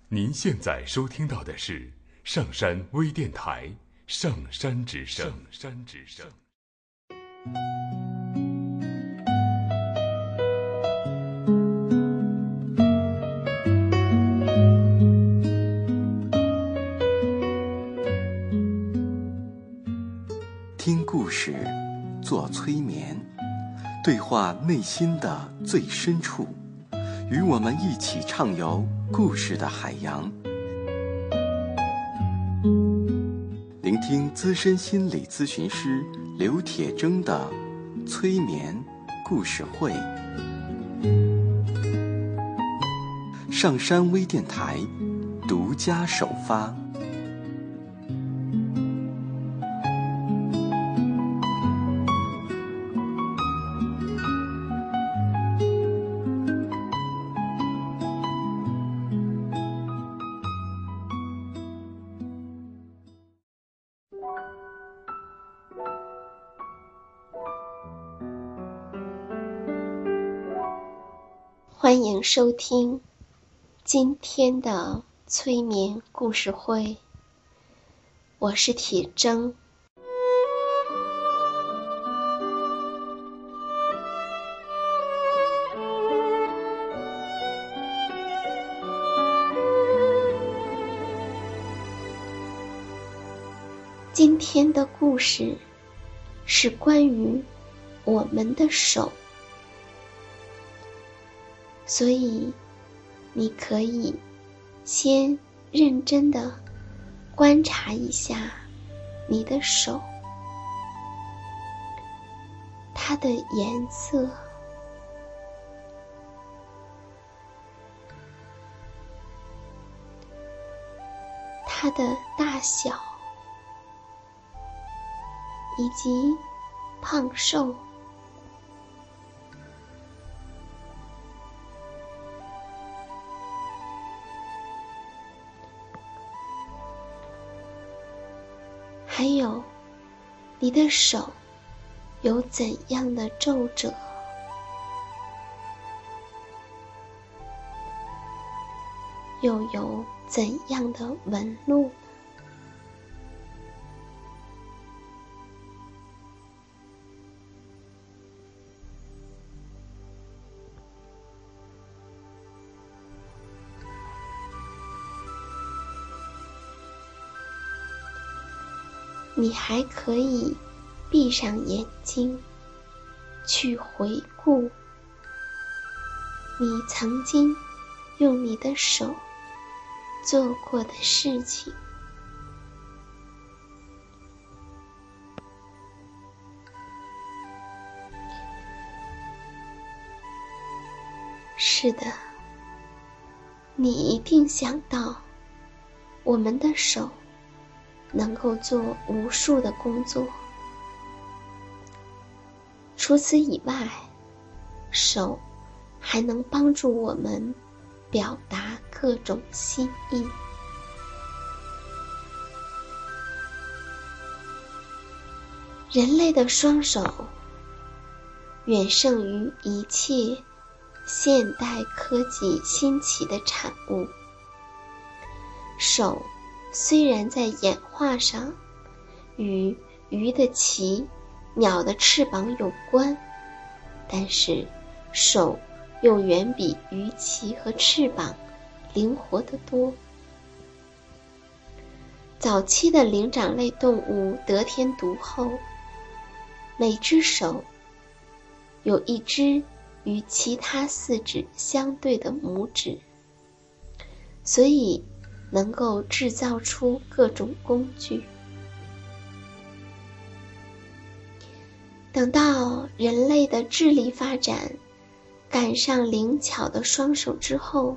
您现在收听到的是上山微电台《上山之声》。 听故事，做催眠，对话内心的最深处，与我们一起畅游故事的海洋。聆听资深心理咨询师刘铁铮的催眠故事会。上山微电台独家首发。 欢迎收听今天的催眠故事会，我是铁铮。今天的故事是关于我们的手，所以你可以先认真地观察一下你的手，它的颜色，它的大小，以及胖瘦。还有你的手有怎样的皱褶，又有怎样的纹路。你还可以闭上眼睛，去回顾你曾经用你的手做过的事情。是的，你一定想到，我们的手能够做无数的工作。除此以外，手还能帮助我们表达各种心意。人类的双手远胜于一切现代科技兴起的产物。手虽然在演化上与鱼的鳍、鸟的翅膀有关，但是手又远比鱼鳍和翅膀灵活得多。早期的灵长类动物得天独厚，每只手有一只与其他四指相对的拇指，所以能够制造出各种工具。等到人类的智力发展赶上灵巧的双手之后，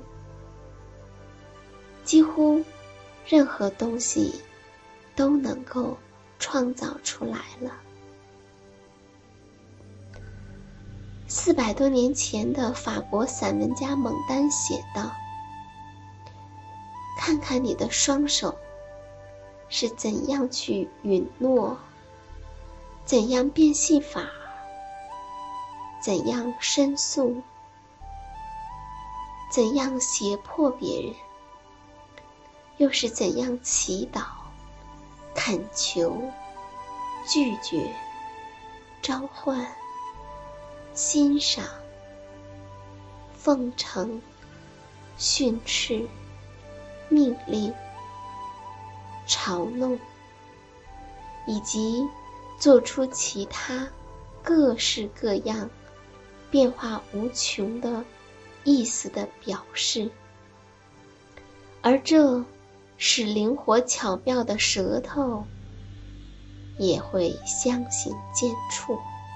几乎任何东西都能够创造出来了。400多年前的法国散文家蒙丹写道，看看你的双手是怎样去允诺，怎样变戏法，怎样申诉，怎样胁迫别人。 又是怎样祈祷、恳求、拒绝、召唤、欣赏、奉承、训斥、命令、嘲弄，以及做出其他各式各样变化无穷的意思的表示，而这使灵活巧妙的舌头也会相形见绌。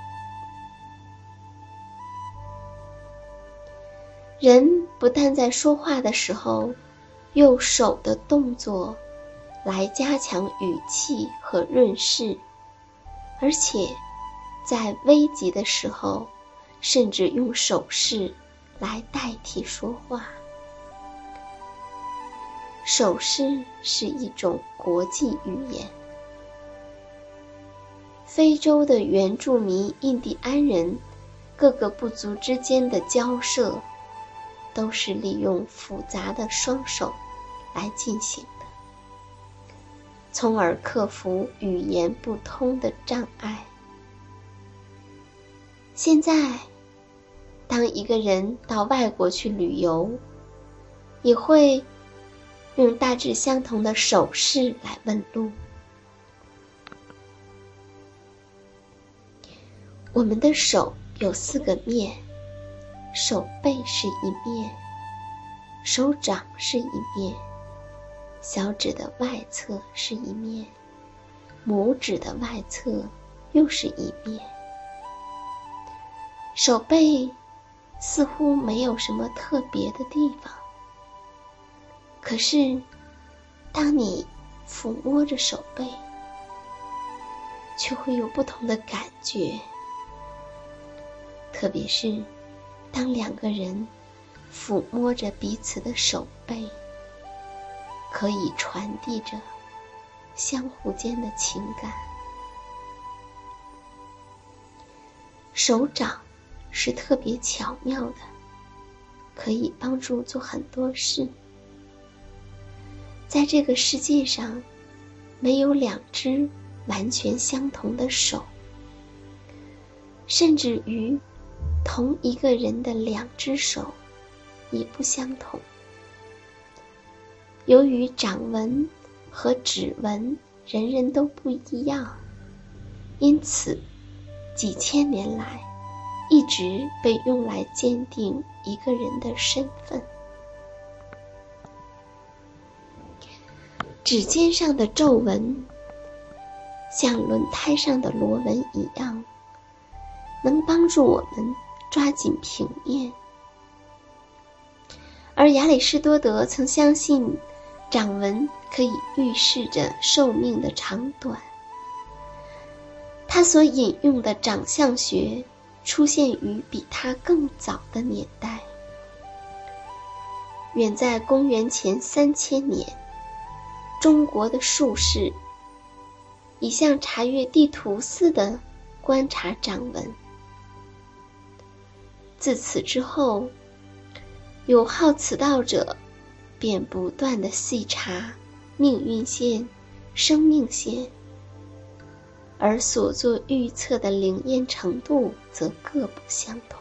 人不但在说话的时候用手的动作来加强语气和润饰，而且在危急的时候甚至用手势来代替说话。手势是一种国际语言。非洲的原住民印第安人各个部族之间的交涉都是利用复杂的双手来进行的，从而克服语言不通的障碍。现在，当一个人到外国去旅游，也会用大致相同的手势来问路。我们的手有4个面，手背是一面，手掌是一面，小指的外侧是一面，拇指的外侧又是一面。手背似乎没有什么特别的地方，可是当你抚摸着手背，却会有不同的感觉，特别是当2个人抚摸着彼此的手背，可以传递着相互间的情感。手掌是特别巧妙的，可以帮助做很多事。在这个世界上，没有2只完全相同的手，甚至于同一个人的2只手也不相同。由于掌纹和指纹人人都不一样，因此几千年来一直被用来鉴定一个人的身份。指尖上的皱纹像轮胎上的螺纹一样，能帮助我们抓紧平面。而亚里士多德曾相信掌纹可以预示着寿命的长短。他所引用的长相学出现于比他更早的年代，远在公元前3000年，中国的术士已像查阅地图似的观察掌纹。自此之后，有好此道者便不断地细查命运线、生命线，而所做预测的灵验程度则各不相同。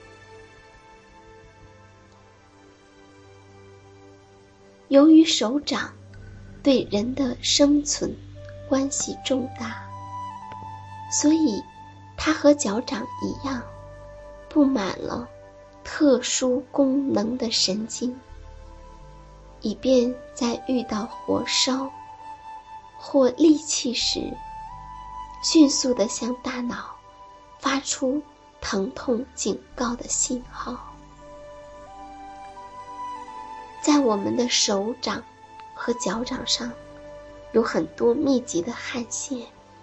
由于手掌对人的生存关系重大，所以它和脚掌一样，布满了特殊功能的神经，以便在遇到火烧或利器时，迅速地向大脑发出疼痛警告的信号。在我们的手掌和脚掌上有很多密集的汗腺，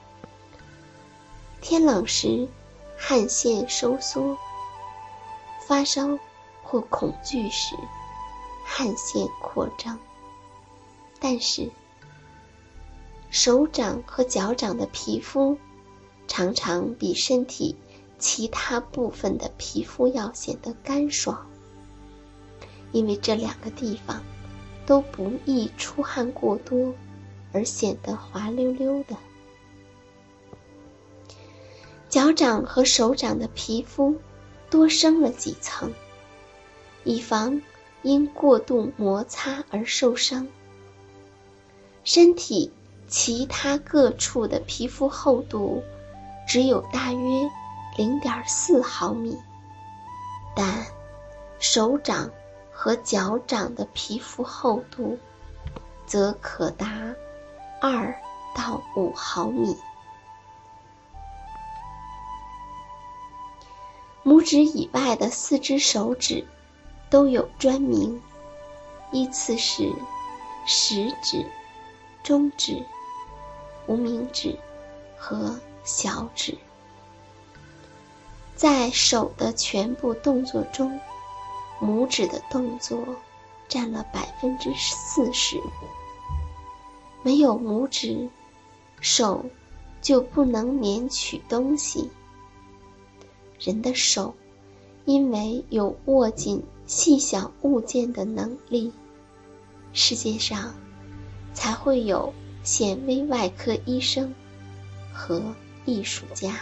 天冷时汗腺收缩，发烧或恐惧时汗腺扩张。但是手掌和脚掌的皮肤常常比身体其他部分的皮肤要显得干爽，因为这2个地方都不易出汗过多而显得滑溜溜的。脚掌和手掌的皮肤多生了几层，以防因过度摩擦而受伤。身体其他各处的皮肤厚度只有大约 0.4 毫米，但手掌和脚掌的皮肤厚度则可达2到5毫米。拇指以外的4只手指都有专名，依次是食指、中指、无名指和小指。在手的全部动作中，拇指的动作占了40%。没有拇指，手就不能捻取东西。人的手因为有握紧细小物件的能力，世界上才会有显微外科医生和艺术家。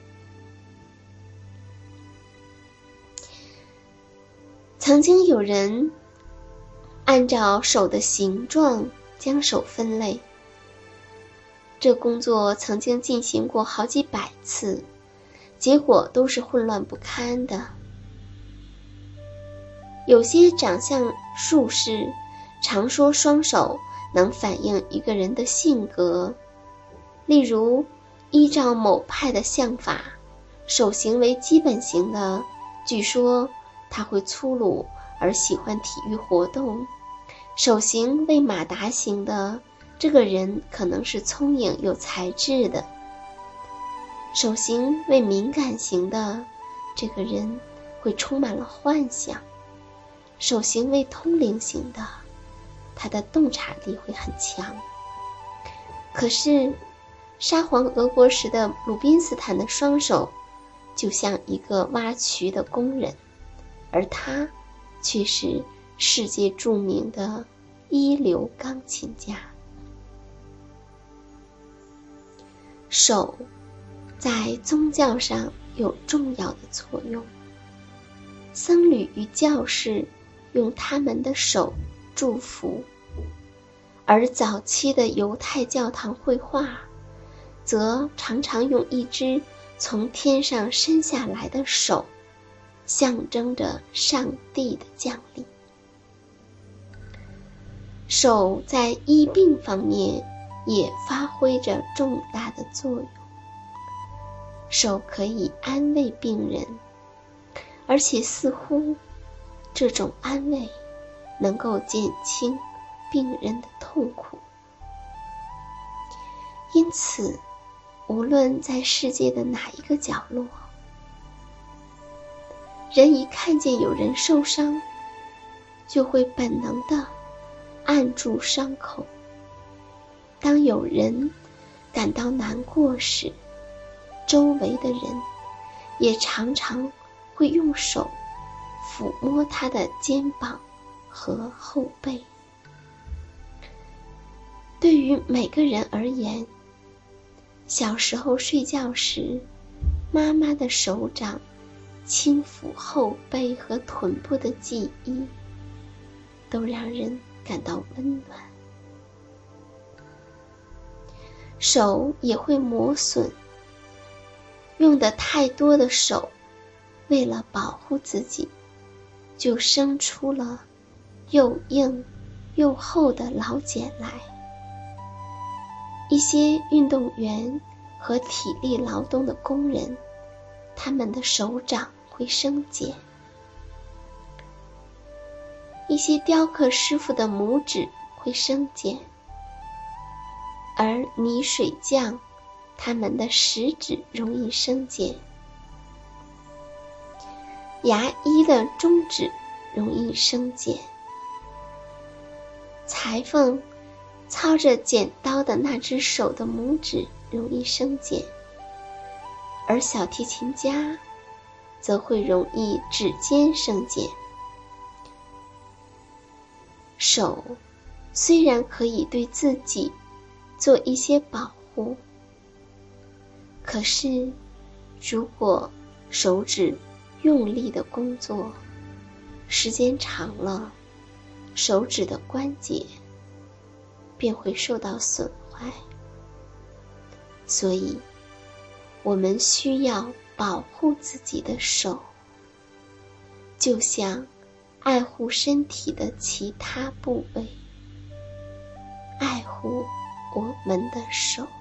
曾经有人按照手的形状将手分类，这工作曾经进行过好几百次，结果都是混乱不堪的。有些长相术士常说双手能反映一个人的性格，例如依照某派的相法，手型为基本型的，据说他会粗鲁而喜欢体育活动；手型为马达型的，这个人可能是聪颖有才智的；手型为敏感型的，这个人会充满了幻想；手型为通灵型的，他的洞察力会很强。可是沙皇俄国时的鲁宾斯坦的双手就像一个挖渠的工人，而他却是世界著名的一流钢琴家。手在宗教上有重要的作用，僧侣与教士用他们的手祝福，而早期的犹太教堂绘画则常常用一只从天上伸下来的手，象征着上帝的降临。手在医病方面也发挥着重大的作用，手可以安慰病人，而且似乎这种安慰能够减轻病人的痛苦。因此，无论在世界的哪一个角落，人一看见有人受伤，就会本能地按住伤口。当有人感到难过时，周围的人也常常会用手抚摸他的肩膀和后背。对于每个人而言，小时候睡觉时，妈妈的手掌轻抚后背和臀部的记忆，都让人感到温暖。手也会磨损，用得太多的手，为了保护自己，就生出了又硬又厚的老茧来。一些运动员和体力劳动的工人，他们的手掌会生茧。一些雕刻师傅的拇指会生茧，而泥水匠他们的食指容易生茧，牙医的中指容易生茧，裁缝操着剪刀的那只手的拇指容易生茧，而小提琴家则会容易指尖生茧。手虽然可以对自己做一些保护，可是如果手指用力的工作，时间长了，手指的关节便会受到损坏。所以我们需要保护自己的手，就像爱护身体的其他部位，爱护我们的手。